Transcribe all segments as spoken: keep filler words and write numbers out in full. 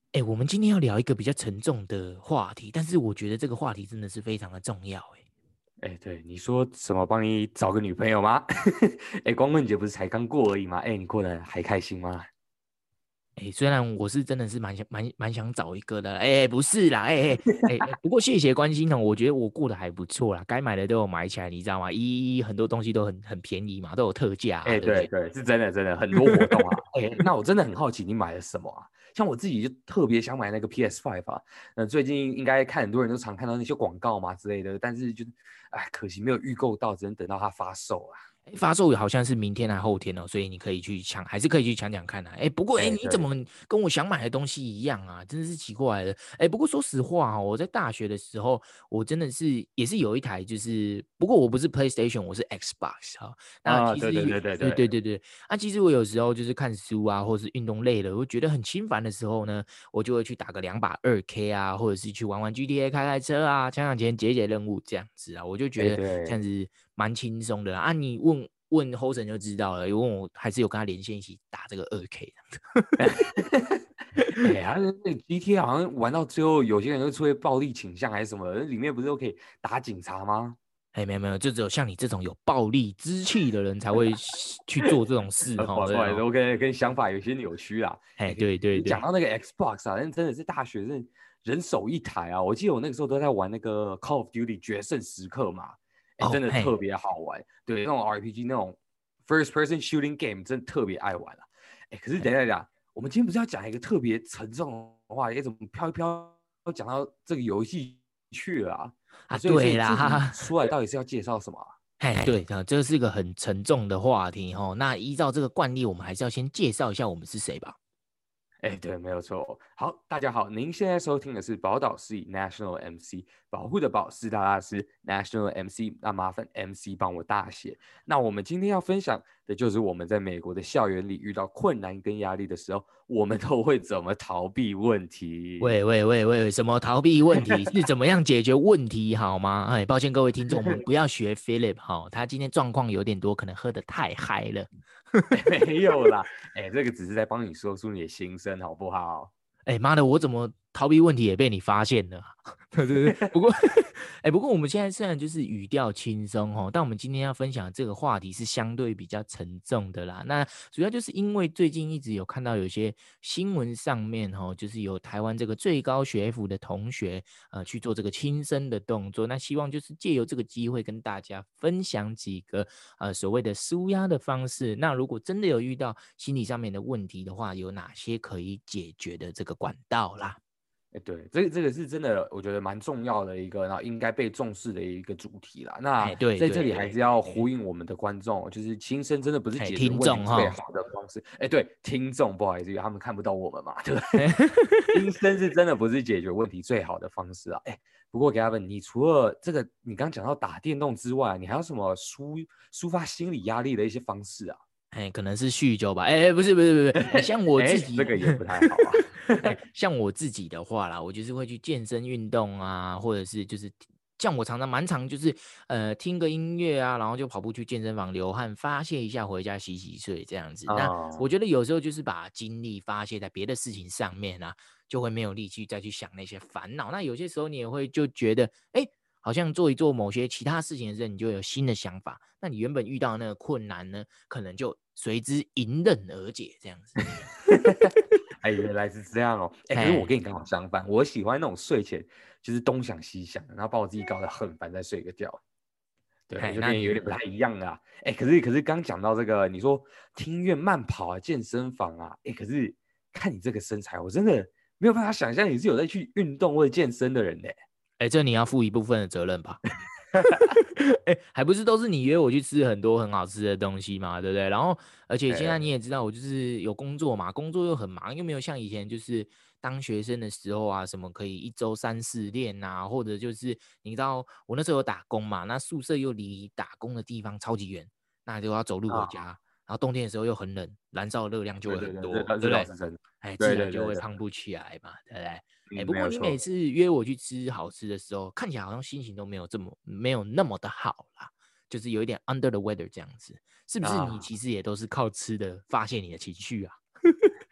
哎、我们今天要聊一个比较沉重的话题，但是我觉得这个话题真的是非常的重要、欸。 哎，对，你说什么帮你找个女朋友吗？哎，光棍节不是才刚过而已吗？哎，你过得还开心吗？ 哎，虽然我是真的是蛮想蛮蛮想找一个的，哎，不是啦，哎哎哎哎，不过谢谢关心哦，我觉得我过得还不错啦，该买的都有买起来，你知道吗？一很多东西都很很便宜嘛，都有特价啊， 哎， 对不对？ 对对，是真的，真的很多活动啊。哎，那我真的很好奇你买了什么啊？像我自己就特别想买那个 P S 五 啊。那最近应该看很多人都常看到那些广告嘛之类的，但是就，哎，可惜没有预购到，只能等到它发售啊。 诶发售好像是明天还后天哦，所以你可以去抢，还是可以去抢抢看啊。哎，不过哎， 哎， 你怎么对， 跟我想买的东西一样啊？真的是奇怪了。哎，不过说实话哦，我在大学的时候，我真的是也是有一台，就是不过我不是 PlayStation，我是 Xbox 哈、那啊， 其实有， 对对对对对对对， 对对，啊，其实我有时候就是看书啊，或是运动类的，我觉得很心烦的时候呢，我就会去打个两把二 K 啊，或者是去玩玩 G T A 开开车啊，抢抢钱解解任务这样子啊，我就觉哎得这样对。 子蛮轻松的啦啊。你问问 h o s e n 就知道了，问我还是有跟他连线一起打这个二 K 的。 哎呀，那个 G T A 好像玩到最后，有些人会出现暴力倾向还是什么的，里面不是都可以打警察吗？ 哎，没有没有，就只有像你这种有暴力之气的人才会去做这种事呃，不哈， 好不好意思， 对哦。 我跟跟想法有些扭曲啦。 哎， 哎， 对对对， 你讲到那个 Xbox 啊，那真的是大学生人手一台啊。我记得我那个时候都在玩那个 Call of Duty 决胜时刻嘛，哎， 哦，嘿， 真的特别好玩。对，那种 R P G 那种 first person shooting game 真的特别爱玩啊。哎，可是等一下等一下，我们今天不是要讲一个特别沉重的话，哎，怎么飘一飘讲到这个游戏去了啊？ 啊， 哎，所以所以对啦， 这集哈哈， 出来到底是要介绍什么啊？ 哎，对啊，这是一个很沉重的话题哈。那依照这个惯例，我们还是要先介绍一下我们是谁吧。 哎，对，没有错。好，大家好，您现在收听的是宝岛事宜 National M C，保护的保是大大师 National M C，那麻烦 M C 帮我大写。那我们今天要分享的就是我们在美国的校园里遇到困难跟压力的时候，我们都会怎么逃避问题。 喂喂喂喂，什么逃避问题是怎么样解决问题好吗？哎，抱歉各位听众，我们不要学 Philip 哈，他今天状况有点多，可能喝得太嗨了。 没有啦，哎，这个只是在帮你说出你的心声，好不好？ 哎妈的，我怎么逃避问题也被你发现了？对对对，不过哎，不过我们现在虽然就是语调轻松哦，但我们今天要分享的这个话题是相对比较沉重的啦。那主要就是因为最近一直有看到有些新闻上面哦，就是有台湾这个最高学府的同学呃去做这个轻生的动作，那希望就是借由这个机会跟大家分享几个呃所谓的舒压的方式。那如果真的有遇到心理上面的问题的话，有哪些可以解决的这个管道啦？ 哎，对，这个这个是真的，我觉得蛮重要的一个，然后应该被重视的一个主题啦。那哎，对在这对对， 里还是要呼应我们的观众，就是轻声真的不是哎， 解决听问题最众哈， 好的方式。哎，对，听众不好意思，因为他们看不到我们嘛，对不对？轻声是真的不是解决问题最好的方式啊。哎，不过 Gavin，你除了这个你刚讲到打电动之外，你还有什么抒抒发心理压力的一些方式啊？ 哎，可能是酗酒吧？哎，不是不是不是，哎，像我自哎，这己， 个也不太好啊。 哎，像我自己的话啦，我就是会去健身运动啊，或者是就是像我常常蛮常就是呃听个音乐啊，然后就跑步去健身房流汗发泄一下，回家洗洗睡这样子。那我啊、 觉得有时候就是把精力发泄在别的事情上面啊，就会没有力气再去想那些烦恼。那有些时候你也会就觉得，哎，好像做一做某些其他事情的时候，你就有新的想法。那你原本遇到的那个困难呢，可能就随之迎刃而解，这样子。 哎，原来是这样哦。哎，可是我哎， 跟你刚好相反，我喜欢那种睡前就是东想西想的，然后把我自己搞得很烦，再睡个觉。对， 哎， 就那你变得有点不太一样啊。哎，可是可是刚讲到这个，你说听音乐、慢跑啊、健身房啊，哎，可是看你这个身材，我真的没有办法想象你是有在去运动或者健身的人呢。 哎，这你要负一部分的责任吧？哎，还不是都是你约我去吃很多很好吃的东西嘛，对不对？然后，而且现在你哎， 也知道，我就是有工作嘛，工作又很忙，又没有像以前就是当学生的时候啊，什么可以一周三四练啊，或者就是你知道我那时候有打工嘛，那宿舍又离打工的地方超级远，那就要走路回家， 啊， 然后冬天的时候又很冷，燃烧的热量就会对对对，这很多， 倒对不对？ 这倒是真的。 哎，自然就会对对对对， 胖不起来嘛，对不对？哎， 嗯， 不没有错。 过你每次约我去吃好吃的时候，看起来好像心情都没有这么没有那么的好啦，就是有一点 under the weather 这样子，是不是？你啊。 其实也都是靠吃的发泄你的情绪啊？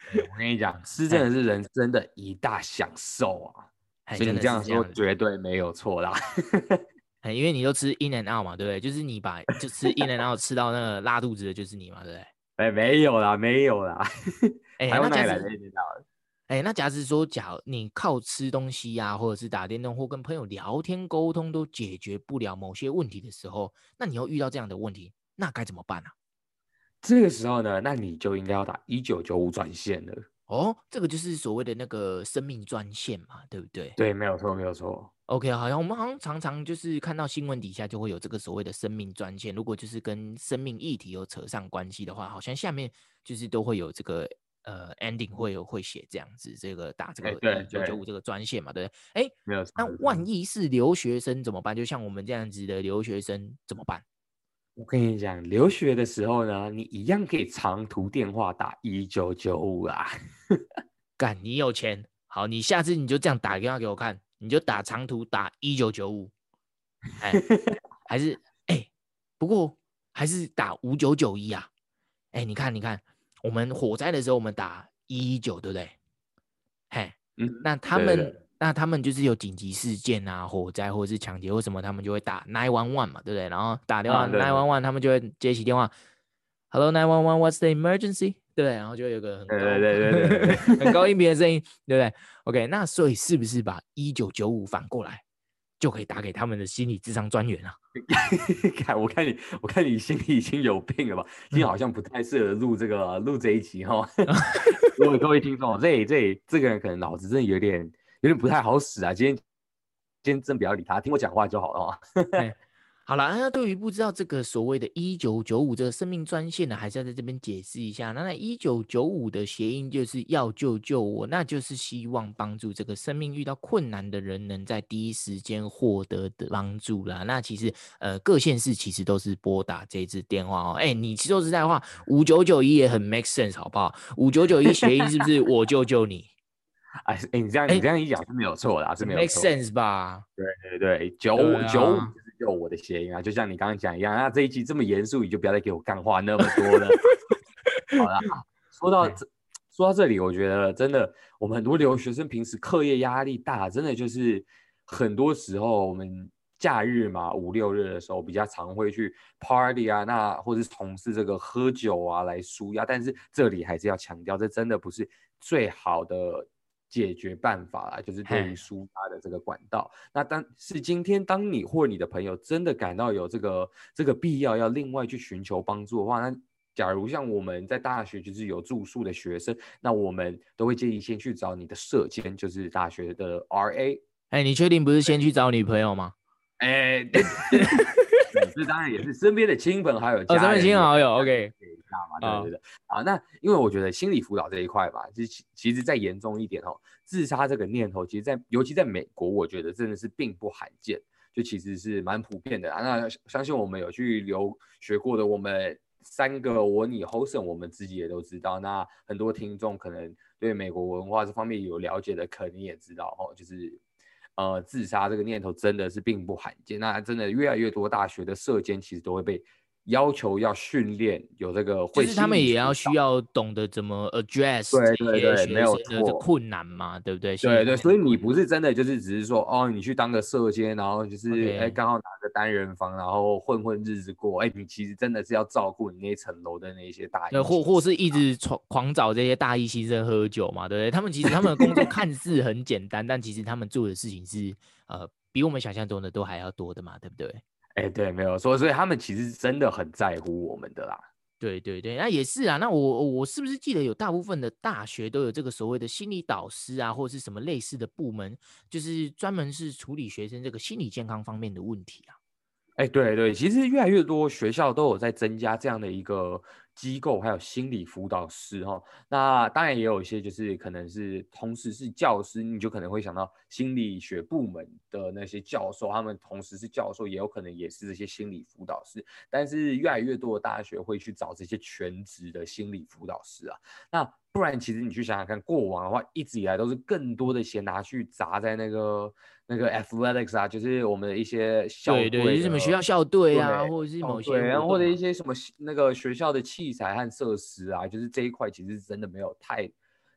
欸我跟你讲，吃真的是人生的一大享受啊， 哎， 所以真你这样说的是这样子。 绝对没有错啦。 哎，因为你都吃 In and Out 嘛，对不对？就是你把就吃 In and Out 吃到那个拉肚子的，就是你嘛，对不对？ 哎，没有啦，没有啦， 哎， 台湾哪里来那假使的你知道？ 哎，那假使说，假如你靠吃东西呀、啊，或者是打电动或跟朋友聊天沟通都解决不了某些问题的时候，那你又遇到这样的问题，那该怎么办啊？ 这个时候呢，那你就应该要打一九九五专线了。 哦，这个就是所谓的那个生命专线嘛，对不对对，没有错，没有错。 ？OK，好像我们好像常常就是看到新闻底下就会有这个所谓的生命专线，如果就是跟生命议题有扯上关系的话，好像下面就是都会有这个呃 ending 会有会写这样子，这个打这哎， 个对对， 一九九五这个专线嘛，对不对？哎， 没有错， 那没有错。 万一是留学生怎么办？就像我们这样子的留学生怎么办？ 我跟你讲，留学的时候呢，你一样可以长途电话打一九九五啊。 干，你有钱，好，你下次你就这样打电话给我看，你就打长途打一九九五，哎，还是哎，不过还是打五九九一啊，哎，你看你看，我们火灾的时候我们打一一九，对不对？嘿， 嗯， 那他们对对对， 那他们就是有紧急事件啊，火灾或者是抢劫或什么，他们就会打 nine one one 嘛，对不对？然后打电话啊，对 nine 对 one one，他们就会接起电话，Hello nine one one，What's the emergency？对不对？然后就有个很对高对对对对对。 很高音频的声音，对不对？OK，那所以是不是把一九九五反过来，就可以打给他们的心理咨商专员啊？ 看，我看你，我看你心里已经有病了吧？今天好像不太适合录这个录这一集哈。各位各位听众，这这这个人可能脑子真的有点有点不太好使啊。今天今天真不要理他，听我讲话就好了哈。 哎，好了，那对于不知道这个所谓的一九九五这个生命专线呢，还是要在这边解释一下。那那一九九五的谐音就是要救救我，那就是希望帮助这个生命遇到困难的人能在第一时间获得的帮助啦。那其实呃各县市其实都是拨打这支电话哦。哎，你说实在话，五九九一也很 make sense 好不好？五九九一谐音是不是我救救你？ 哎哎，你这样你哎， 这样一讲是没有错的啊，是很没有 make 错。 sense 吧？ 对对对，九对九五啊。 就是就我的谐音啊，就像你刚刚讲一样。那这一集这么严肃，你就不要再给我干话那么多了。好啦，说到这，说到这里，我觉得真的，我们很多留学生平时课业压力大，真的就是很多时候我们假日嘛，五六日的时候比较常会去 party 啊，那或者是从事这个喝酒啊来舒压。但是这里还是要强调，这真的不是最好的解决办法啦，就是对于舒压的这个管道。那但是今天当你或你的朋友真的感到有这个这个必要要另外去寻求帮助的话，那假如像我们在大学就是有住宿的学生，那我们都会建议先去找你的舍监，就是大学的 R A。 哎，你确定不是先去找女朋友吗？ 哎，对，这当然也是身边的亲朋好友、 哦，身家人边亲朋好友也 ，OK， 可以一下嘛，对对对。啊，那因为我觉得心理辅导这一块吧，其实其实再严重一点哦，自杀这个念头，其实在尤其在美国，我觉得真的是并不罕见，就其实是蛮普遍的啊。那相信我们有去留学过的，我们三个我你 Hosen， 我们自己也都知道。那很多听众可能对美国文化这方面有了解的，可能也知道哦，就是呃自杀这个念头真的是并不罕见。那真的越来越多大学的舍监其实都会被要求要训练有这个会就是他们也要心理辅导。 需要懂得怎么 address 对这些对对，没有学生的这错。 困难嘛，对不对？心理对对， 上面所以你的困难。 不是真的就是只是说哦，你去当个社监，然后就是哎 OK， 刚好拿个单人房，然后混混日子过。哎，你其实真的是要照顾你那一层楼的那些大对， 一或或是新生。 一直狂狂找这些大一新生喝酒嘛，对不对？他们其实他们的工作看似很简单，但其实他们做的事情是呃比我们想象中的都还要多的嘛，对不对？ 哎，对，没有错，所以他们其实真的很在乎我们的啦。 对对对，那也是啊。那我我是不是记得有大部分的大学都有这个所谓的心理导师啊，或者是什么类似的部门，就是专门是处理学生这个心理健康方面的问题啊？ 哎，对对，其实越来越多学校都有在增加这样的一个机构，还有心理辅导师哈。那当然也有一些就是可能是同时是教师，你就可能会想到心理学部门的那些教授，他们同时是教授，也有可能也是这些心理辅导师。但是越来越多的大学会去找这些全职的心理辅导师啊。那不然，其实你去想想看，过往的话，一直以来都是更多的钱拿去砸在那个那个 athletics 啊，就是我们的一些校对对，就是队的。 什么学校校队啊， 对， 或者是某些哦对，然后或活动嘛。 者一些什么那个学校的器材和设施啊，就是这一块其实真的没有太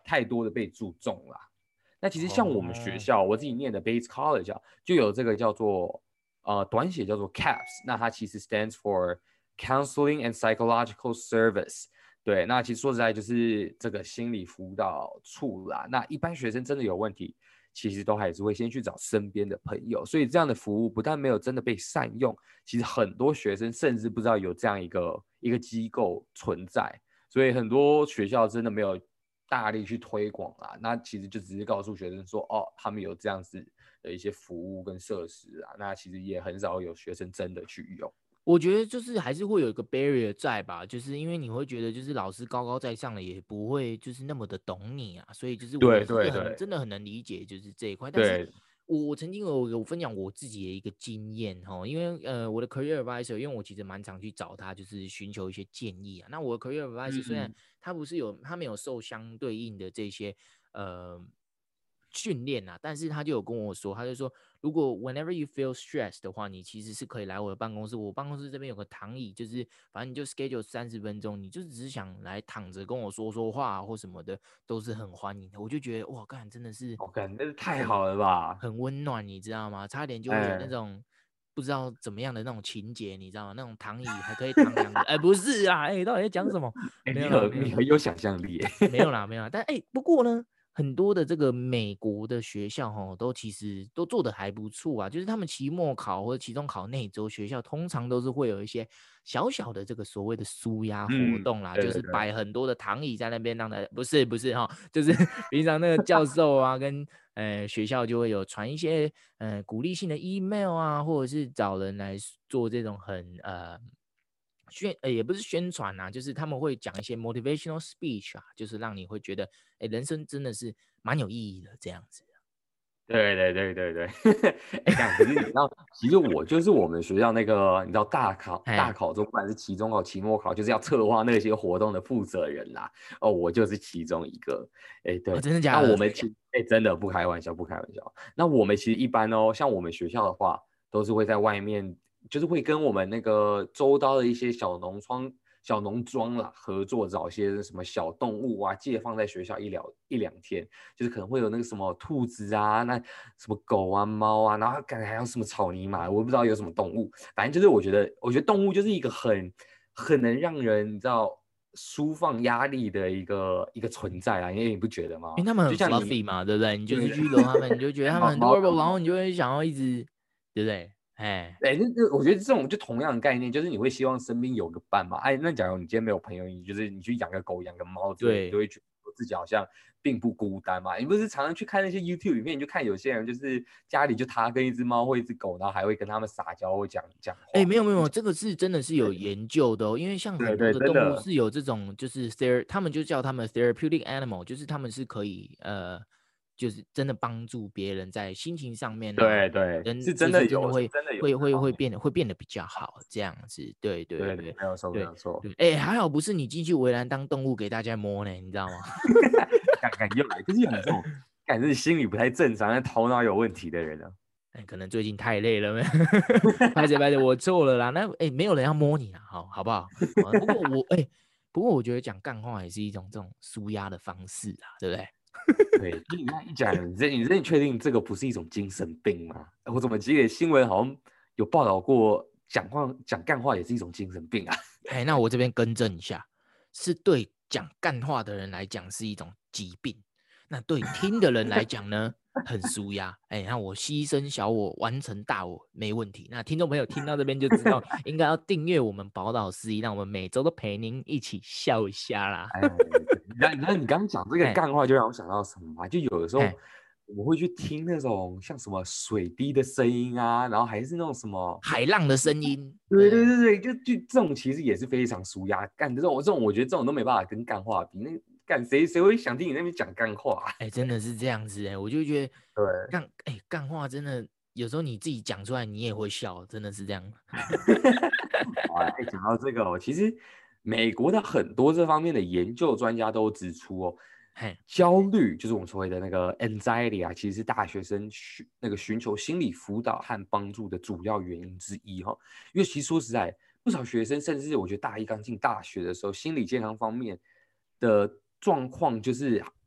太多的被注重啦。那其实像我们学哦， 校，我自己念的 Bates College 啊，就有这个叫做呃短写叫做 C A P S， 那它其实 stands for Counseling and Psychological Service。对，那其实说实在就是这个心理辅导处啦。那一般学生真的有问题，其实都还是会先去找身边的朋友，所以这样的服务不但没有真的被善用，其实很多学生甚至不知道有这样一个一个机构存在，所以很多学校真的没有大力去推广啦。那其实就只是告诉学生说，哦，他们有这样子的一些服务跟设施啊，那其实也很少有学生真的去用。 我觉得就是还是会有一个 barrier 在吧，就是因为你会觉得就是老师高高在上的也不会就是那么的懂你啊，所以就是我对是很对对真的很能理解就是这一块，但是对， 我曾经有有分享我自己的一个经验哈，因为呃我的 career advisor，因为我其实蛮常去找他，就是寻求一些建议啊。那我的 career advisor 虽然嗯， 他不是有他没有受相对应的这些呃训练啊，但是他就有跟我说，他就说，如果 whenever you feel stressed 的话，你其实是可以来我的办公室，我办公室这边有个躺椅，就是反正你就 schedule 三十分钟，你就只是想来躺着跟我说说话或什么的，都是很欢迎的。我就觉得哇，干真的是我感那是太很好了吧？ 很温暖，你知道吗？差点就会有那哎， 种不知道怎么样的那种情节，你知道吗？那种躺椅还可以躺两个，哎，不是啊，哎，到底在讲什么？ 哎，你没有啦，没有。 很你很有想象力耶。 没有啦，没有啦，但哎、欸不过呢，很多的这个美国的学校哈，都其实都做的还不错啊。就是他们期末考或者期中考那一周，学校通常都是会有一些小小的这个所谓的舒压活嗯， 动啦，就是对对对， 摆很多的躺椅在那边让他，不是不是哈，就是平常那个教授啊跟呃学校就会有传一些呃鼓励性的 email 啊，或者是找人来做这种很呃。宣呃也不是宣传呐、啊，就是他们会讲一些 motivational speech 啊，就是让你会觉得，哎，人生真的是蛮有意义的这样子。 对对对对对。哎，但可是你知道，其实我就是我们学校那个，你知道大考大哎， 考中，不管是期中考、期末考，就是要策划那些活动的负责人啦。哦，我就是其中一个。哎， 哦， 对， 真的假的？ 那我们其哎真的不开玩笑，不开玩笑。那我们其实一般哦，像我们学校的话，都是会在外面，就是会跟我们那个周遭的一些小农庄、小农庄啦合作，找一些什么小动物啊，借放在学校一两一两天。就是可能会有那个什么兔子啊，那什么狗啊、猫啊，然后感觉还有什么草泥马，我不知道有什么动物，反正就是我觉得，我觉得动物就是一个很很能让人你知道舒放压力的一个一个存在啊，因为你不觉得吗？ 因为他们很就像你 fluffy 嘛，对不对？你就是对去揉他们，你就觉得他们很毛毛 adorable，然后你就会想要一直，对不对？哎， 哎，那那我觉得这种就同样的概念，就是你会希望身边有个伴嘛。哎，那假如你今天没有朋友，你就是你去养个狗、养个猫之类，你就对， 会觉得自己好像并不孤单嘛。你不是常常去看那些 YouTube 影片，你就看有些人就是家里就他跟一只猫或一只狗，然后还会跟他们撒娇或讲讲哎， 话。 没有没有，这个是真的是有研究的哦，因为像很对对， 多的动物真的， 是有这种就是 ther，他们就叫他们 therapeutic animal，就是他们是可以呃，就是真的帮助别人在心情上面啊， 对对， 人就是真的有，是是真的会真的有会会这方面。 会变得会变得比较好这样子，对对对对， 对没有错没对有错。 对，哎，还好不是你进去围栏当动物给大家摸呢，你知道吗？ 感感又来，就是有这种感觉心理不太正常、但头脑有问题的人啊。 哎，可能最近太累了，拍谁拍谁，我错了啦。那哎，没有人要摸你啦，好好不好？啊不过我哎，不过我觉得讲干话也是一种这种舒压的方式啦，对不对？ 对，就你这样一讲，你真你真的确定这个不是一种精神病吗？我怎么记得新闻好像有报道过，讲话讲干话也是一种精神病啊？ 哎，那我这边更正一下，是对讲干话的人来讲是一种疾病，那对听的人来讲呢，很舒压。哎，那我牺牲小我，完成大我，没问题。那听众朋友听到这边就知道，应该要订阅我们宝岛司仪，让我们每周都陪您一起笑一下啦。 哎，对你知道你知道你刚刚讲这个哎干话，就让我想到什么吗？就有的时候哎， 我会去听那种像什么水滴的声音啊，然后还是那种什么。 海浪的声音， 对对对， 对对，就就这种其实也是非常舒压。干这种这种，我觉得这种都没办法跟干话比。那干谁谁会想听你那边讲干话啊？ 哎，真的是这样子哎，我就觉得对， 干哎干话真的有时候你自己讲出来你也会笑，真的是这样。 好啊，哎，讲到这个哦，其实美国的很多这方面的研究专家都指出哦， 嘿， 焦虑就是我们所谓的那个 anxiety 啊，其实是大学生寻那个寻求心理辅导和帮助的主要原因之一哈、哦。因为其实说实在，不少学生甚至是我觉得大一刚进大学的时候，心理健康方面的状况就是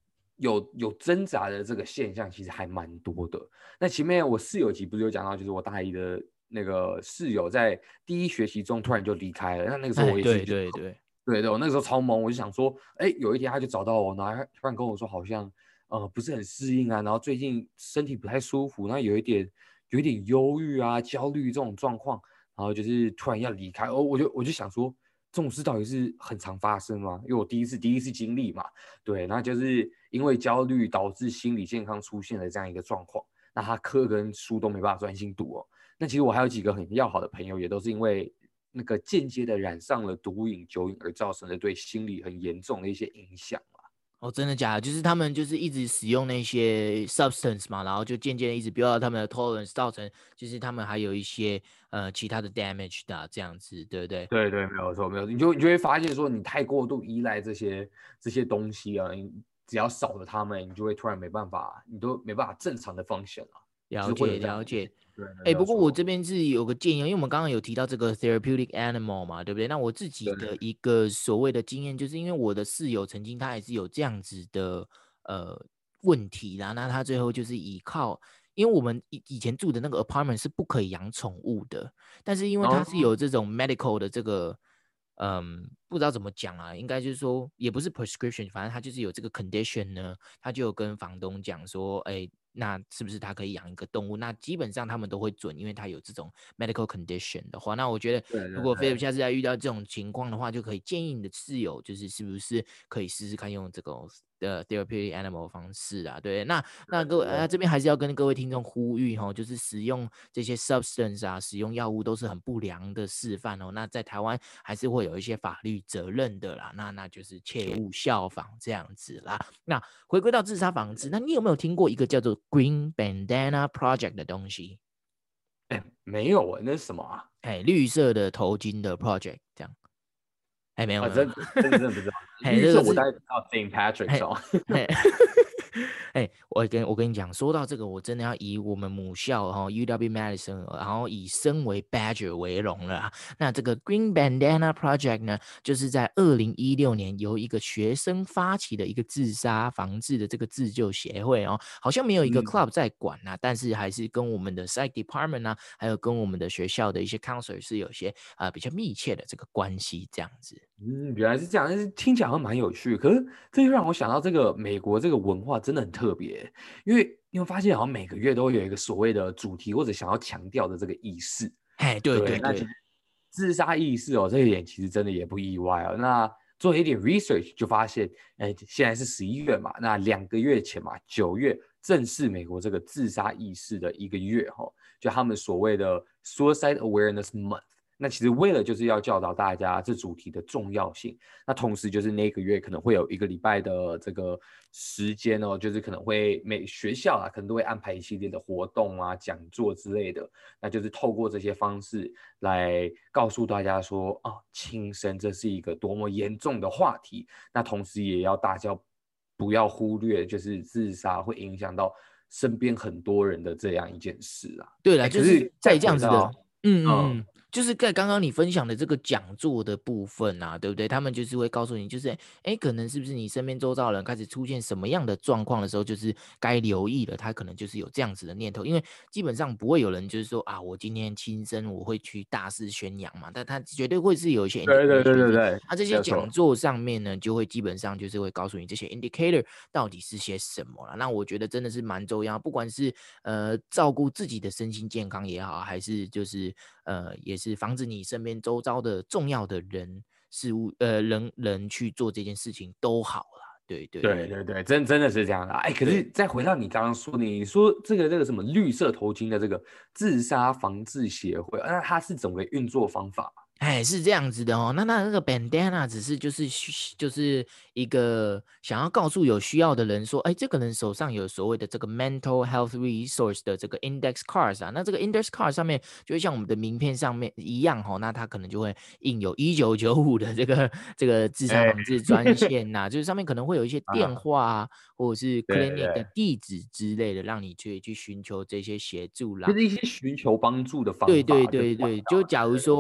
有有挣扎的这个现象其实还蛮多的。那前面我室友集不是有讲到，就是我大一的那个室友在第一学期中突然就离开了，那那个时候我也是、 哎、对对对。 对对，我那个时候超懵，我就想说，哎，有一天他就找到我，然后他突然跟我说，好像呃不是很适应啊，然后最近身体不太舒服，然后有一点有一点忧郁啊、焦虑这种状况，然后就是突然要离开，哦，我就我就想说，这种事到底是很常发生吗？因为我第一次第一次经历嘛，对，那就是因为焦虑导致心理健康出现了这样一个状况，那他课跟书都没办法专心读哦。那其实我还有几个很要好的朋友，也都是因为那个间接的染上了毒瘾、酒瘾而造成的对心理很严重的一些影响啊。 哦，真的假的？就是他们就是一直使用那些 substance 嘛，然后就渐渐的一直 build up 他们的 tolerance，造成就是他们还有一些呃其他的 damage 的、啊、这样子，对不对？ 对对，没有错，没有错，你就你就会发现说，你太过度依赖这些这些东西啊，你只要少了他们，你就会突然没办法，你都没办法正常的 function 了，就是会有了解这样的了解。 对， 哎，不过我没有错， 这边是有个建议，因为我们刚刚有提到这个 therapeutic animal 嘛，对不对？那我自己对， 的一个所谓的经验，就是因为我的室友曾经他也是有这样子的呃问题啦，那他最后就是依靠，因为我们以以前住的那个 apartment 是不可以养宠物的，但是因为他是哦， 有这种 medical 的这个。嗯，不知道怎么讲啊，应该就是说，也不是 prescription，反正他就是有这个 condition 呢，他就有跟房东讲说，哎，那是不是他可以养一个动物？那基本上他们都会准，因为他有这种 medical condition 的话，那我觉得对对如果菲利对， 下次再遇到这种情况的话，就可以建议你的室友，就是是不是可以试试看用这种的 therapeutic animal 方式啊？对，那那各位啊，这边还是要跟各位听众呼吁哈，就是使用这些 substance 啊，使用药物都是很不良的示范哦。那在台湾还是会有一些法律责任的啦，那那就是切勿效仿这样子啦。那回归到自杀防治，那你有没有听过一个叫做 Green Bandana Project 的东西？ 哎，没有啊，那是什么啊？ 哎，绿色的头巾的 project 这样？哎，没有啊， 没有， 真真的真的不知道， 哎， 绿这个是色我大概知道 Saint Patrick's 嘿， 哦， 嘿，哎，我跟我跟你讲，说到这个，我真的要以我们母校哈 U W Madison，然后以身为 Badger 为荣了啊。那这个 Green Bandana Project 呢，就是在二零一六年由一个学生发起的一个自杀防治的这个自救协会哦，好像没有一个 club 嗯在管啊，但是还是跟我们的 psych department 啊，还有跟我们的学校的一些 counselor 是有些啊、呃、比较密切的这个关系这样子。 嗯，原来是这样，但是听起来好像蛮有趣。可是这就让我想到，这个美国这个文化真的很特别，因为你会发现，好像每个月都会有一个所谓的主题或者想要强调的这个仪式。 哎，对对， 对对。 那其实自杀意识哦，这一点其实真的也不意外哦。那做了一点 research 就发现，哎，现在是十一月嘛，那两个月前嘛，九月正是美国这个自杀意识的一个月哈、哦，就他们所谓的 Suicide Awareness Month。那其实为了就是要教导大家这主题的重要性，那同时就是那个月可能会有一个礼拜的这个时间哦，就是可能会每学校啊可能都会安排一系列的活动啊、讲座之类的，那就是透过这些方式来告诉大家说啊，轻生这是一个多么严重的话题，那同时也要大家不要忽略，就是自杀会影响到身边很多人的这样一件事啊。 对了， 哎，可就是是再在这样子的， 回到嗯嗯嗯。 嗯，就是在刚刚你分享的这个讲座的部分啊，对不对？他们就是会告诉你，就是哎，可能是不是你身边周遭的人开始出现什么样的状况的时候，就是该留意了，他可能就是有这样子的念头，因为基本上不会有人就是说啊，我今天轻生，我会去大肆宣扬嘛，但他绝对会是有一些对对对 indication 是， 对对， 他这些没有错。 讲座上面呢，就会基本上就是会告诉你这些 indicator 到底是些什么了。那我觉得真的是蛮重要，不管是呃照顾自己的身心健康也好，还是就是呃也是防止你身边周遭的重要的人事物呃人人去做这件事情都好啦。对对对对对对，真真的是这样的。哎，可是对。 再回到你刚刚说的，你说这个这个什么绿色头巾的这个自杀防治协会，那它是怎么个运作方法？ 哎，是这样子的哦。那那那个 bandana 只是就是就是一个想要告诉有需要的人说，哎，这个人手上有所谓的这个 mental health resource 的这个 index cards 啊。那这个 index card 上面就会像我们的名片上面一样哈、哦，那它可能就会印有一九九五的这个这个自杀哎， 防治专线呐、啊，就是上面可能会有一些电啊， 话啊，或者是对 clinic 的对， 地址之类的，让你去去寻求这些协助啦。 就是一些寻求帮助的对对方法，就对对， 是管道， 就假如对对对。 说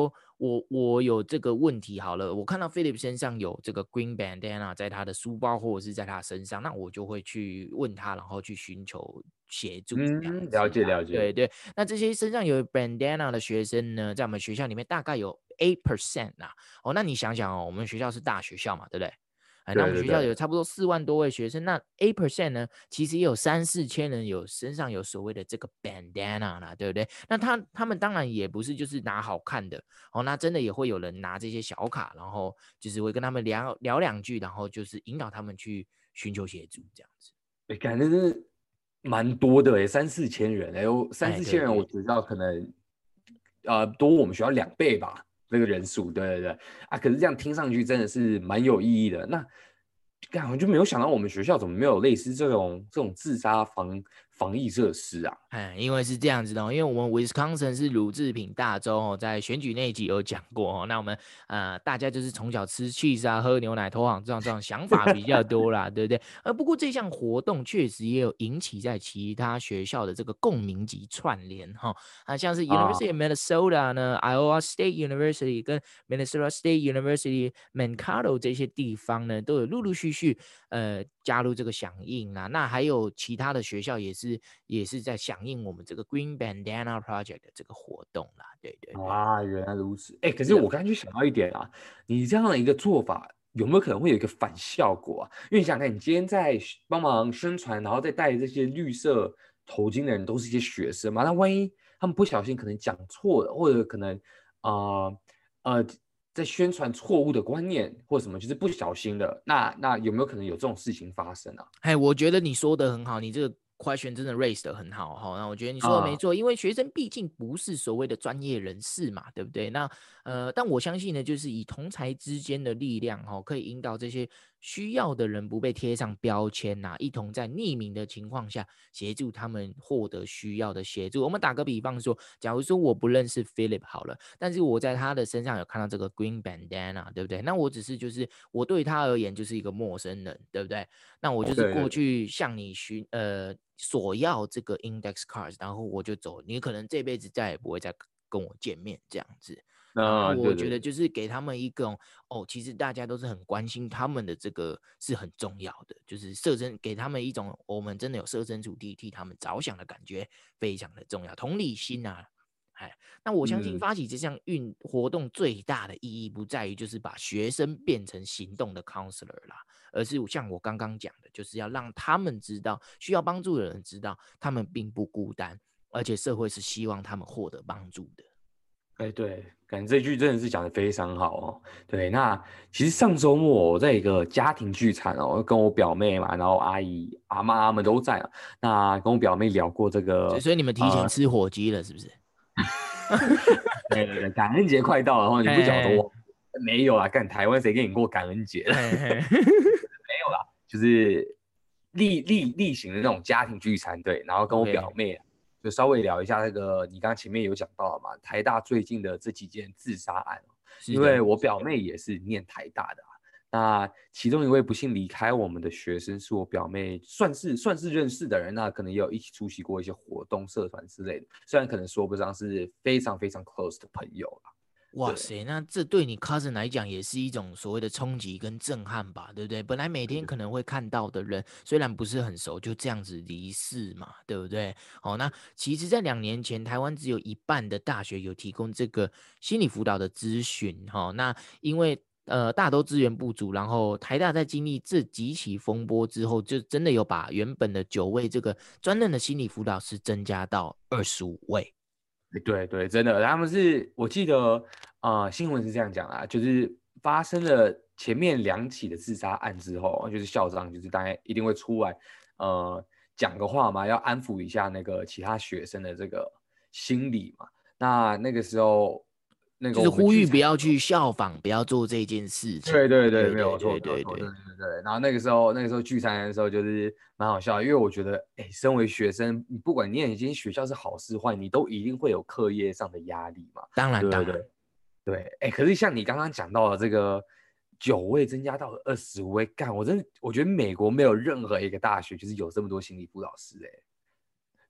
我我有这个问题好了，我看到 Philip 身上有这个 green bandana 在他的书包或者是在他身上，那我就会去问他，然后去寻求协助这样嗯， 子了解啦。 了解。 对对，那这些身上有 bandana 的学生呢，在我们学校里面大概有 eight percent 啊。哦，那你想想哦，我们学校是大学校嘛，对不对？哎，那我们学校有对对对， 差不多四万多位学生，那 eight percent 呢，其实也有三四千人有身上有所谓的这个 bandana 啦，对不对？那他他们当然也不是就是拿好看的哦，那真的也会有人拿这些小卡，然后就是会跟他们聊聊两句，然后就是引导他们去寻求协助这样子。 哎，感觉真是蛮多的哎，三四千人哎，有三哎， 四千人，我对对， 觉得可能呃多我们学校两倍吧，这个人数，对对对啊，可是这样听上去真的是蛮有意义的。那感觉就没有想到我们学校怎么没有类似这种这种自杀防防疫设施啊？ 哎，因为是这样子的、哦，因为我们 Wisconsin 是乳制品大州哦，在选举那一集有讲过哦。那我们呃，大家就是从小吃 cheese 啊，喝牛奶、投行这样这样想法比较多啦，对不对？呃，不过这项活动确实也有引起在其他学校的这个共鸣及串联哈、哦。啊，像是 University of 啊， Minnesota 呢，Iowa State University 跟 Minnesota State University Mankato 这些地方呢，都有陆陆续续呃加入这个响应啊。那还有其他的学校也是也是在响应我们这个 Green Bandana Project 的这个活动啦。对对对， 啊，原来如此。哎，可是的。 是我刚才就想到一点啊，你这样的一个做法有没有可能会有一个反效果啊？因为你想想看，你今天在帮忙宣传，然后再戴这些绿色头巾的人都是一些学生嘛，那万一他们不小心可能讲错了，或者可能呃呃在宣传错误的观念或什么，就是不小心的，那那有没有可能有这种事情发生啊？ 哎，我觉得你说的很好，你这个 question 真的 raise 的很好哈。那我觉得你说的没啊， 错，因为学生毕竟不是所谓的专业人士嘛，对不对？那呃，但我相信呢，就是以同才之间的力量哈，可以引导这些需要的人不被贴上标签呐、一同在匿名的情况下协助他们获得需要的协助。我们打个比方说，假如说我不认识 Philip 好了，但是我在他的身上有看到这个 green bandana，对不对？那我只是就是我对他而言就是一个陌生人，对不对？那我就是过对对对， 去向你寻呃索要这个 index cards，然后我就走，你可能这辈子再也不会再跟我见面这样子。啊，那那对对对。 我觉得就是给他们一个哦，其实大家都是很关心他们的这个是很重要的，就是设身给他们一种我们真的有设身处地替他们着想的感觉，非常的重要，同理心啊。哎，那我相信嗯， 发起这项运活动最大的意义不在于就是把学生变成行动的 counselor 啦，而是像我刚刚讲的，就是要让他们知道，需要帮助的人知道，他们并不孤单，而且社会是希望他们获得帮助的。 哎，对，感觉这句真的是讲的非常好哦。对，那其实上周末我在一个家庭聚餐哦，跟我表妹嘛，然后阿姨、阿妈他们都在啊。那跟我表妹聊过这个， 所以所以你们提前呃， 吃火鸡了，是不是？ 对对对，感恩节快到了，然后你不讲我都嘿忘了，没有啦，干台湾谁跟你过感恩节的？ 嘿嘿， 没有啦，就是例例例行的那种家庭聚餐，对，然后跟我表 OK， 妹啊就稍微聊一下那个你刚刚前面有讲到了嘛，台大最近的这几件自杀案哦，因为是的， 我表妹也是念台大的啊，那其中一位不幸离开我们的学生是我表妹算是算是认识的人，那可能也有一起出席过一些活动、社团之类的，虽然可能说不上是非常非常 close 的朋友啦，对。 哇塞，那这对你 cousin 来讲也是一种所谓的冲击跟震撼吧，对不对？本来每天可能会看到的人，虽然不是很熟，就这样子离世嘛，对不对？哦，那其实，在两年前，台湾只有一半的大学有提供这个心理辅导的咨询，哈、哦，那因为呃大都资源不足，然后台大在经历这几起风波之后，就真的有把原本的九位这个专任的心理辅导师增加到二十五位。 对对，真的，他们是我记得，呃，新闻是这样讲啊，就是发生了前面两起的自杀案之后，就是校长就是大概一定会出来，呃，讲个话嘛，要安抚一下那个其他学生的这个心理嘛。那那个时候，那个就是我们呼吁不聚餐。 要去效仿，不要做这件事情。 对对对， 对对没有错， 对对对， 没有错，对对对。然后那个时候，那个时候聚餐的时候，就是蛮好笑的因为我觉得，哎，身为学生，你不管你已经学校是好是坏，你都一定会有课业上的压力嘛， 当然当然， 对不对？对，哎，可是像你刚刚讲到的这个九位增加到二十五位，干，我真的我觉得美国没有任何一个大学就是有这么多心理辅导师，哎，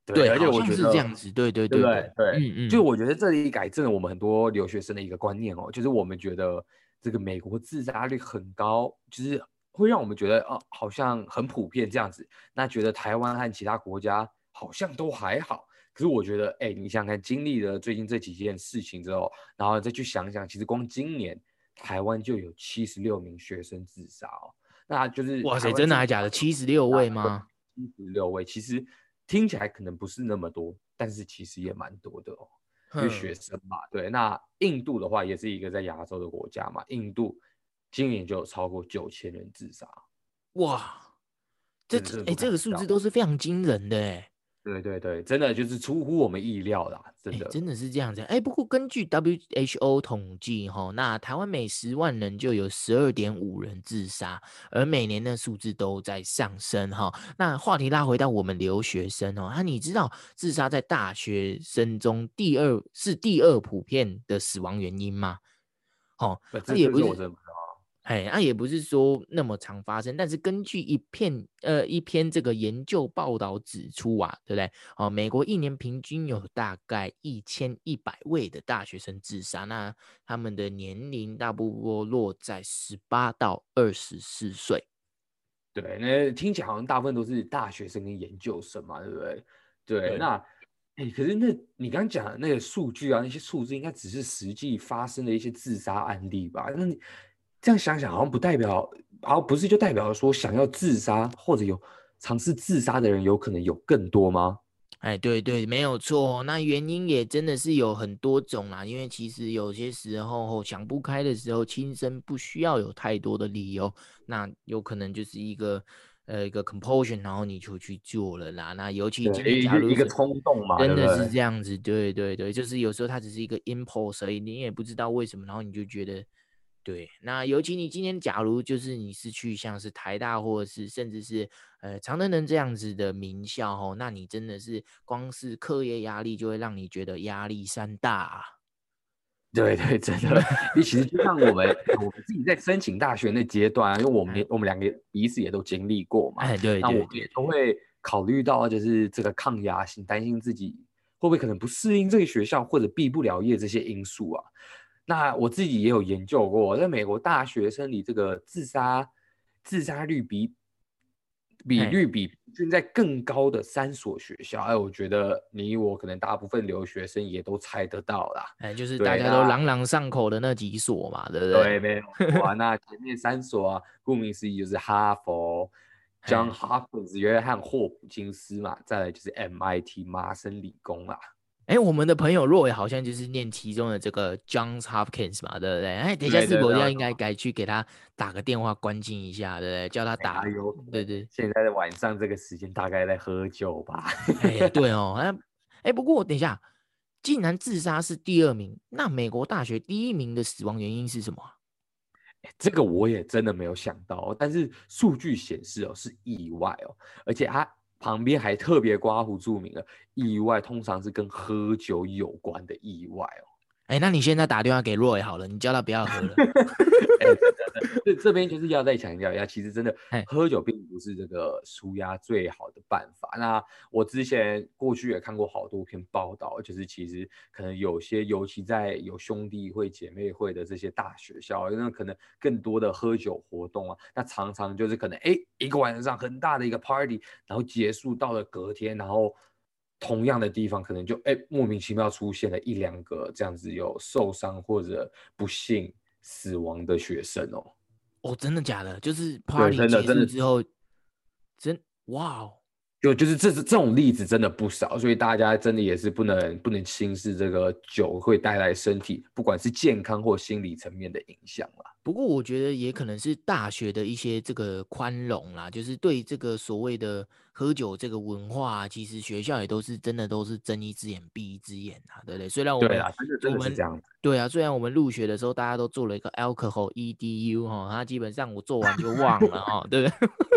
对， 对， 而且好像我觉得， 是这样子，对对对不对？ 对对， 对， 嗯嗯， 就我觉得这里改正了我们很多留学生的一个观念哦，就是我们觉得这个美国自杀率很高，就是会让我们觉得哦，好像很普遍这样子。那觉得台湾和其他国家好像都还好，可是我觉得，哎，你想想看，经历了最近这几件事情之后，然后再去想想，其实光今年台湾就有七十六名学生自杀哦。那就是哇塞， 台湾这么真的还假的？七十六位吗？ 七十六位，其实听起来可能不是那么多，但是其实也蛮多的哦。因为学哼， 生嘛，对。那印度的话，也是一个在亚洲的国家嘛，印度今年就有超过九千人自杀， 哇，这这哎， 真的真的不这个开玩笑。 数字都是非常惊人的哎。 对对对，真的就是出乎我们意料啦，真哎， 的。 真的是这样子。哎，不过根据 W H O 统计，哈，那台湾每十万人就有十二点五人自杀，而每年的数字都在上升，哈。那话题拉回到我们留学生哦，啊，你知道自杀在大学生中第二是第二普遍的死亡原因吗？哦， 呃， 那、 这这这我也不是， 真的不知道。 哎，那、也不是说那么常发生，但是根据一片呃一篇这个研究报道指出啊，对不对？哦，美国一年平均有大概一千一百位的大学生自杀，那他们的年龄大部分落在十八到二十四岁。 对，那听起来好像大部分都是大学生跟研究生嘛，对不对？对， 对， 那哎，可是那你刚刚讲的那个数据啊，那些数字应该只是实际发生的一些自杀案例吧？那你这样想想，好像不代表，好像不是就代表说想要自杀或者有尝试自杀的人有可能有更多吗？ 哎，对对，没有错。那原因也真的是有很多种啦，因为其实有些时候想不开的时候，轻生不需要有太多的理由，那有可能就是一个呃一个 compulsion，然后你就去做了啦。那尤其今天对，一个一个假如是冲动嘛，对真的是不对？ 这样子，对对对，就是有时候它只是一个 impulse 而已，你也不知道为什么，然后你就觉得对，那尤其你今天假如就是你是去像是台大或者是甚至是呃常春藤这样子的名校哦，那你真的是光是课业压力就会让你觉得压力山大啊。 对对，真的，因为其实就像我们我们自己在申请大学那阶段啊，因为我们哎也我们两个彼此也都经历过嘛， 哎，对那我们也对对对， 都会考虑到就是这个抗压性，担心自己会不会可能不适应这个学校或者毕不了业这些因素啊。那我自己也有研究过，在美国大学生里，这个自杀自杀率比比哎率比现在更高的三所学校，哎，我觉得你我可能大部分留学生也都猜得到啦。 哎，就是大对， 家都那朗朗上口的那几所嘛，对不对？ 对，没有错啊。那前面三所啊，顾名思义就是哈佛、John 哎 Hopkins 约翰霍普金斯嘛，再来就是 M I T 麻省理工啦。 哎，我们的朋友若伟好像就是念其中的这个 Johns Hopkins 嘛，对不对？哎，等一下对对， 是否没有要应该改去给他打个电话关心一下，对不对？叫他哎呀， 打， 有可能对对。 现在的晚上这个时间大概在喝酒吧。 哎呀，对哦，哎哎，不过等一下，既然自杀是第二名，那美国大学第一名的死亡原因是什么啊？ 这个我也真的没有想到哦，但是数据显示哦是意外哦，而且它旁边还特别刮胡注明了，意外通常是跟喝酒有关的意外哦。 哎，那你现在打电话给 Roy 好了，你叫他不要喝了。 哎，真的，真的，这这边就是要再强调一下，其实真的哎， 喝酒并不是这个舒压最好的办法。那我之前过去也看过好多篇报道，就是其实可能有些，尤其在有兄弟会、姐妹会的这些大学校，那可能更多的喝酒活动啊，那常常就是可能哎一个晚上很大的一个 party，然后结束到了隔天，然后同样的地方可能就哎莫名其妙出现了一两个这样子有受伤或者不幸死亡的学生哦。 哦，真的假的？就是对， party 结真的真的束之后，真哇哦， 就就是这这种例子真的不少，所以大家真的也是不能不能轻视这个酒会带来身体不管是健康或心理层面的影响啦。 不过我觉得也可能是大学的一些这个宽容啦，就是对这个所谓的喝酒这个文化啊，其实学校也都是真的都是睁一只眼闭一只眼啊，对不对？虽然我们对啦，真的真我们的是这样子。 对啊，虽然我们入学的时候大家都做了一个 alcohol E D U 哈，它基本上我做完就忘了哈，对不对？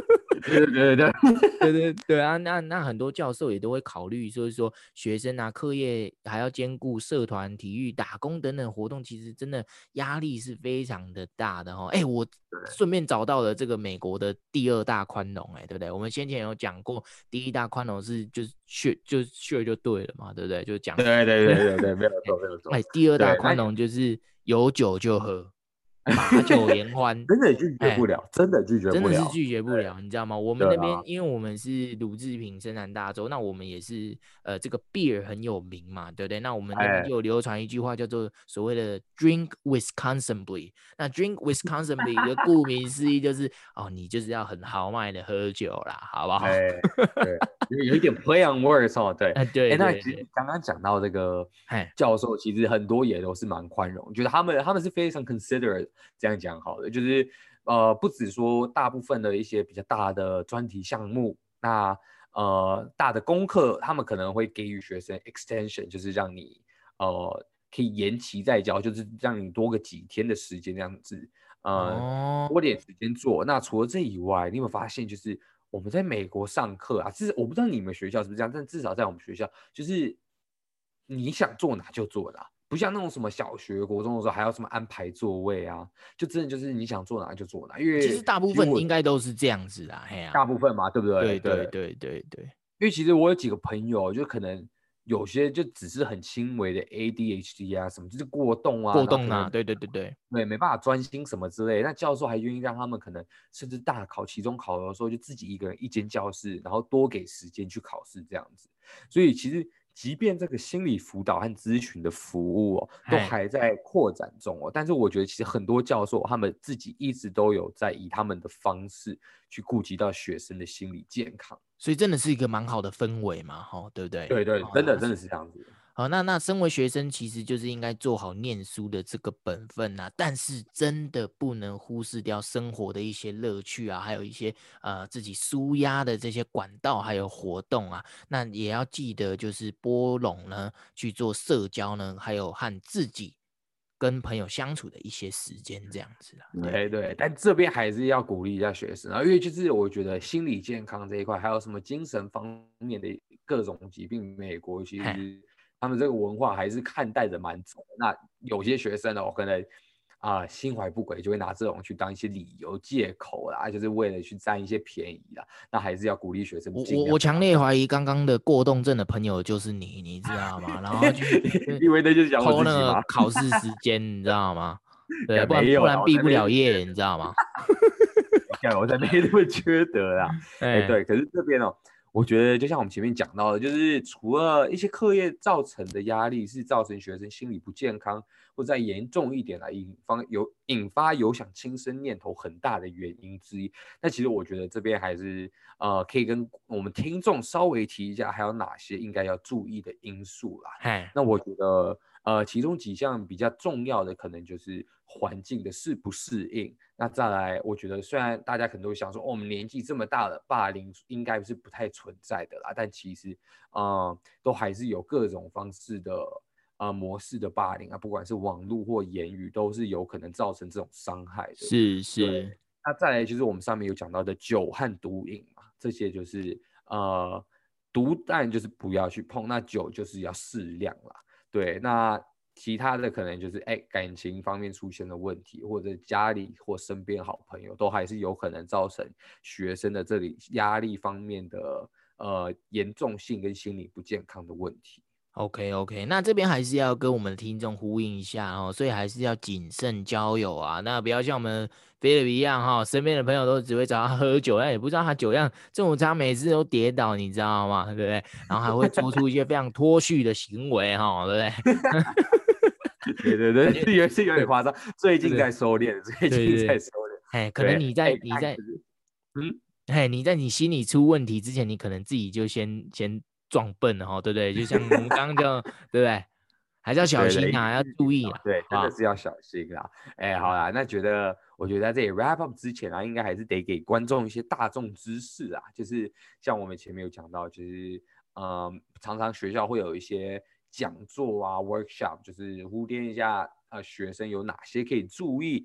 对对对对对对对啊，那那很多教授也都会考虑，就是说学生啊，课业还要兼顾社团、体育、打工等等活动，其实真的压力是非常的大的哦。哎，我顺便找到了这个美国的第二大宽容，哎，对不对？我们先前有讲过，第一大宽容是就是血就血就对了嘛，对不对？就讲对对对对对，没有错没有错。 哎，第二大对，那宽容就是有酒就喝，把酒言欢， 真的拒绝不哎。 了，真的拒绝真的是不了。 拒绝不了，你知道吗？我们对啊， 那边，因为我们是乳制品生产大州，那我们也是呃，这个 beer 很有名嘛，对不对？那我们那边哎， 就有流传一句话，叫做所谓的 drink responsibly。那 drink responsibly 的顾名思义就是哦，你就是要很豪迈的喝酒啦，好不好？ 哎，对，有有一点 play on words 哦，对， 啊，对哎，那其实对对， 刚刚讲到这个哎， 教授，其实很多也都是蛮宽容，就是他们他们是非常 considerate 这样讲好的，就是呃，不止说大部分的一些比较大的专题项目，那呃大的功课，他们可能会给予学生 extension，就是让你呃可以延期再交，就是让你多个几天的时间这样子，呃， 哦， 多点时间做。那除了这以外，你有没有发现，就是我们在美国上课啊，至我不知道你们学校是不是这样，但至少在我们学校，就是你想做哪就做哪，不像那种什么小学、国中的时候还要什么安排座位啊，就真的就是你想做哪就做哪。因为其实大部其实我分应该都是这样子啊，嘿呀、 大部分嘛，对不对？ 对对对， 对对对， 因为其实我有几个朋友，就可能有些就只是很轻微的 A D H D 啊，什么就是过动啊， 过动啊， 然后可能对对对对， 对没办法专心什么之类的，那教授还愿意让他们可能甚至大考、期中考的时候，就自己一个人一间教室，然后多给时间去考试这样子。所以其实即便这个心理辅导和咨询的服务哦，都嘿。 还在扩展中哦，但是我觉得其实很多教授他们自己一直都有在以他们的方式去顾及到学生的心理健康。 所以真的是一个蛮好的氛围嘛，吼，对不对？ 对对， 哦， 真的真的是这样子。 好，那那身为学生，其实就是应该做好念书的这个本分呐、但是真的不能忽视掉生活的一些乐趣啊，还有一些呃自己舒压的这些管道还有活动啊，那也要记得就是拨拢呢去做社交呢，还有和自己跟朋友相处的一些时间，这样子啊，对对对，但这边还是要鼓励一下学生啊，因为就是我觉得心理健康这一块，还有什么精神方面的各种疾病，美国其嘿。 实他们这个文化还是看待的蛮重的。那有些学生哦，可能啊、心怀不轨，就会拿这种去当一些理由借口啦，就是为了去占一些便宜啦。那还是要鼓励学生我我尽量不要。 我强烈怀疑刚刚的过动症的朋友就是你，你知道吗？然后去去因为那就是讲我偷那自己吗？ 个考试时间，你知道吗？对，不然没有啦， 不然毕不我才没那么缺了业，你知道吗？ 德，我才没那么缺德啦。哎， 哎， 对，可是这边哦，我觉得就像我们前面讲到的，就是除了一些课业造成的压力是造成学生心理不健康，或再严重一点来引发有引发有想轻生念头很大的原因之一。那其实我觉得这边还是呃可以跟我们听众稍微提一下，还有哪些应该要注意的因素啦。 嗨， 那我觉得呃其中几项比较重要的可能就是环境的适不适应。那再来，我觉得虽然大家可能都会想说，哦，我们年纪这么大了，霸凌应该是不太存在的啦，但其实，呃，都还是有各种方式的呃模式的霸凌啊，不管是网络或言语，都是有可能造成这种伤害的。 是对， 是， 那再来就是我们上面有讲到的酒和毒瘾嘛，这些就是呃毒当然就是不要去碰，那酒就是要适量啦。对，那其他的可能就是哎感情方面出现的问题，或者家里或身边好朋友都还是有可能造成学生的这里压力方面的呃严重性跟心理不健康的问题。 OK OK，那这边还是要跟我们的听众呼应一下哦，所以还是要谨慎交友啊，那不要像我们菲利一样哈、哦，身边的朋友都只会找他喝酒，但也不知道他酒量这种，他每次都跌倒，你知道吗？对不对？然后还会做出一些非常脱序的行为哈、哦，对不对？ 对对对， 感觉是有是有点夸张，最近对对在收敛，最近在对对， 收敛。 哎，可能对， 你在哎， 你在可是嗯， 哎你在你心里出问题之前，你可能自己就先先撞笨了哈、哦，对不对？就像我们刚刚就对不对？还是要小对对， 心啊，要注意啊， 对， 好不好？ 真的是要小心啦。哎，好啦，那觉得我觉得在这里 wrap up 之前啊，应该还是得给观众一些大众知识啊，就是像我们前面有讲到，就是嗯，常常学校会有一些讲座啊 workshop，就是铺垫一下呃学生有哪些可以注意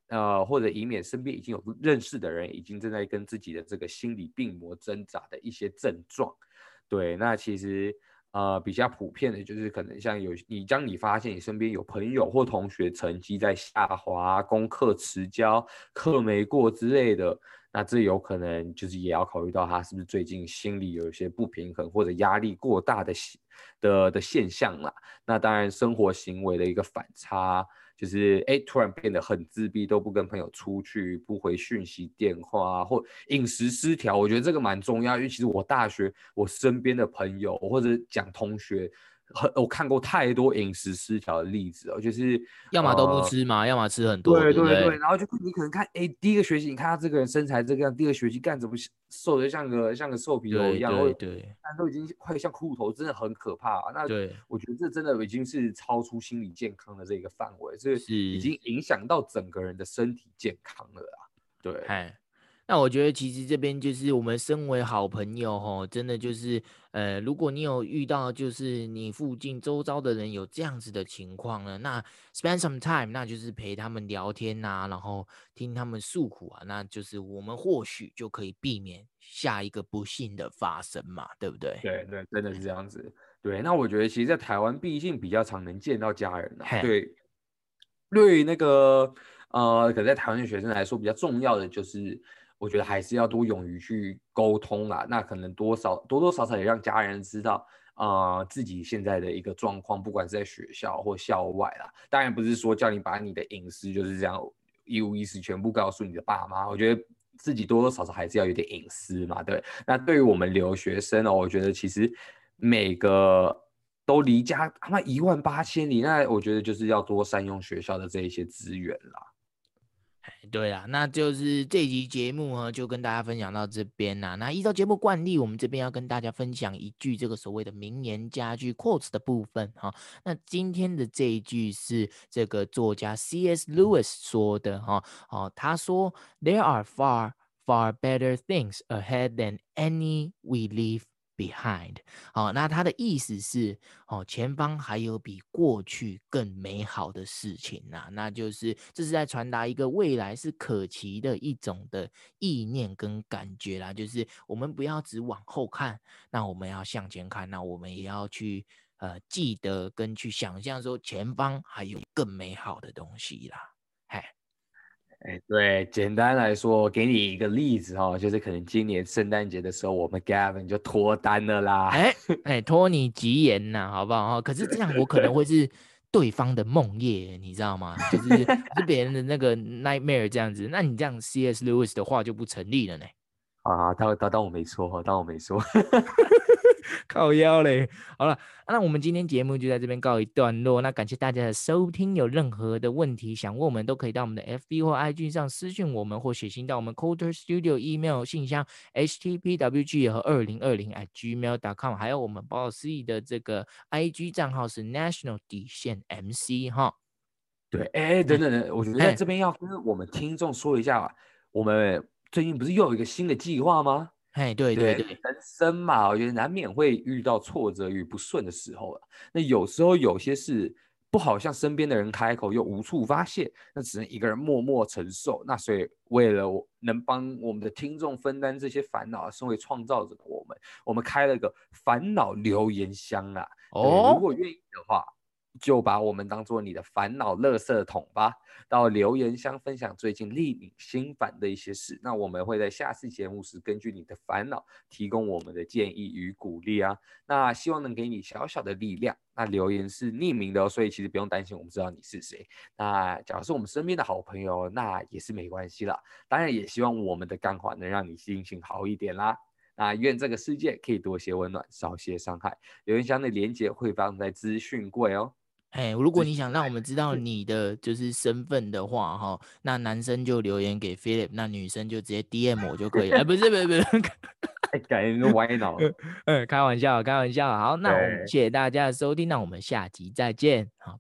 呃，或者以免身边已经有认识的人已经正在跟自己的这个心理病魔挣扎的一些症状。对，那其实呃比较普遍的就是可能像有你当你发现你身边有朋友或同学成绩在下滑，功课迟交，课没过之类的，那这有可能就是也要考虑到他是不是最近心里有一些不平衡或者压力过大的的的现象啦。那当然生活行为的一个反差，就是哎突然变得很自闭，都不跟朋友出去，不回讯息电话，或饮食失调，我觉得这个蛮重要，因为其实我大学我身边的朋友或者讲同学，我看过太多饮食失调的例子哦，就是要么都不呃吃嘛，要么吃很多， 对对对， 对不对？ 然后就你可能看，哎，第一个学期你看他这个人身材这个样，第二个学期干怎么瘦的像个像个瘦皮猴一对样，或者对对都已经快像骷髅头，真的很可怕啊。那对， 我觉得这真的已经是超出心理健康的这个范围，是已是。 经影响到整个人的身体健康了啊。对， 嗨，那我觉得其实这边就是我们身为好朋友吼，真的就是呃，如果你有遇到就是你附近周遭的人有这样子的情况呢，那 spend some time，那就是陪他们聊天呐、然后听他们诉苦啊，那就是我们或许就可以避免下一个不幸的发生嘛，对不对？ 对对，真的是这样子。对，那我觉得其实，在台湾毕竟比较常能见到家人啊。 嘿， 对，对于那个呃，可能在台湾的学生来说，比较重要的就是，我觉得还是要多勇于去沟通啦。那可能多少多多少少也让家人知道，呃，自己现在的一个状况，不管是在学校或校外啦。当然不是说叫你把你的隐私就是这样一五一十全部告诉你的爸妈。我觉得自己多多少少还是要有点隐私嘛，对。那对于我们留学生哦，我觉得其实每个都离家他妈一万八千里，那我觉得就是要多善用学校的这一些资源啦。 对啦，那就是这集节目呢，就跟大家分享到这边啦。那依照节目惯例，我们这边要跟大家分享一句这个所谓的名言佳句 quotes 的部分哈。那今天的这一句是这个作家 C S Lewis 说的哈。哦，他说 There are far far better things ahead than any we leave behind。好，那他的意思是，哦，前方还有比过去更美好的事情呐、那就是这是在传达一个未来是可期的一种的意念跟感觉啦，就是我们不要只往后看，那我们要向前看，那我们也要去呃记得跟去想象说前方还有更美好的东西啦，嗨。 哎，对，简单来说，给你一个例子哦，就是可能今年圣诞节的时候，我们 Gavin 就脱单了啦。 哎哎，托你吉言呐，好不好？可是这样我可能会是对方的梦夜，你知道吗？就是是别人的那个 nightmare 这样子。那你这样 C S Lewis 的话就不成立了呢。 啊，当当当我没说，当我没说。 靠腰嘞，好了，那我们今天节目就在这边告一段落。那感谢大家的收听，有任何的问题想问我们，都可以到我们的 F B 或 I G 上私讯我们，或写信到我们 Culture Studio email 信箱 h t p w g 和二零二零 at gmail dot com， 还有我们保有思议的这个 I G 账号是 National 底线 M C 哈。 对，哎，等等等，我觉得在哎这边要跟我们听众说一下，我们最近不是又有一个新的计划吗？ 哎，对对对， 对， 人生嘛，我觉得难免会遇到挫折与不顺的时候了。那有时候有些事不好向身边的人开口，又无处发泄，那只能一个人默默承受。那所以，为了我能帮我们的听众分担这些烦恼，身为创造者的我们，我们开了个烦恼留言箱啊。对，如哦， 果愿意的话，就把我们当做你的烦恼垃圾桶吧，到留言箱分享最近令你心烦的一些事。那我们会在下次节目时根据你的烦恼提供我们的建议与鼓励啊。那希望能给你小小的力量。那留言是匿名的哦，所以其实不用担心我们知道你是谁。那假如是我们身边的好朋友，那也是没关系啦。当然也希望我们的干话能让你心情好一点啦。那愿这个世界可以多些温暖，少些伤害。留言箱的连结会放在资讯柜哦。 哎，如果你想让我们知道你的就是身份的话，哈，那男生就留言给 Philip，那女生就直接 D M 我就可以。哎，不是不是不是， 哎，感觉是歪脑。 嗯，开玩笑，开玩笑。好，那我们对， 谢谢大家的收听，那我们下集再见。好。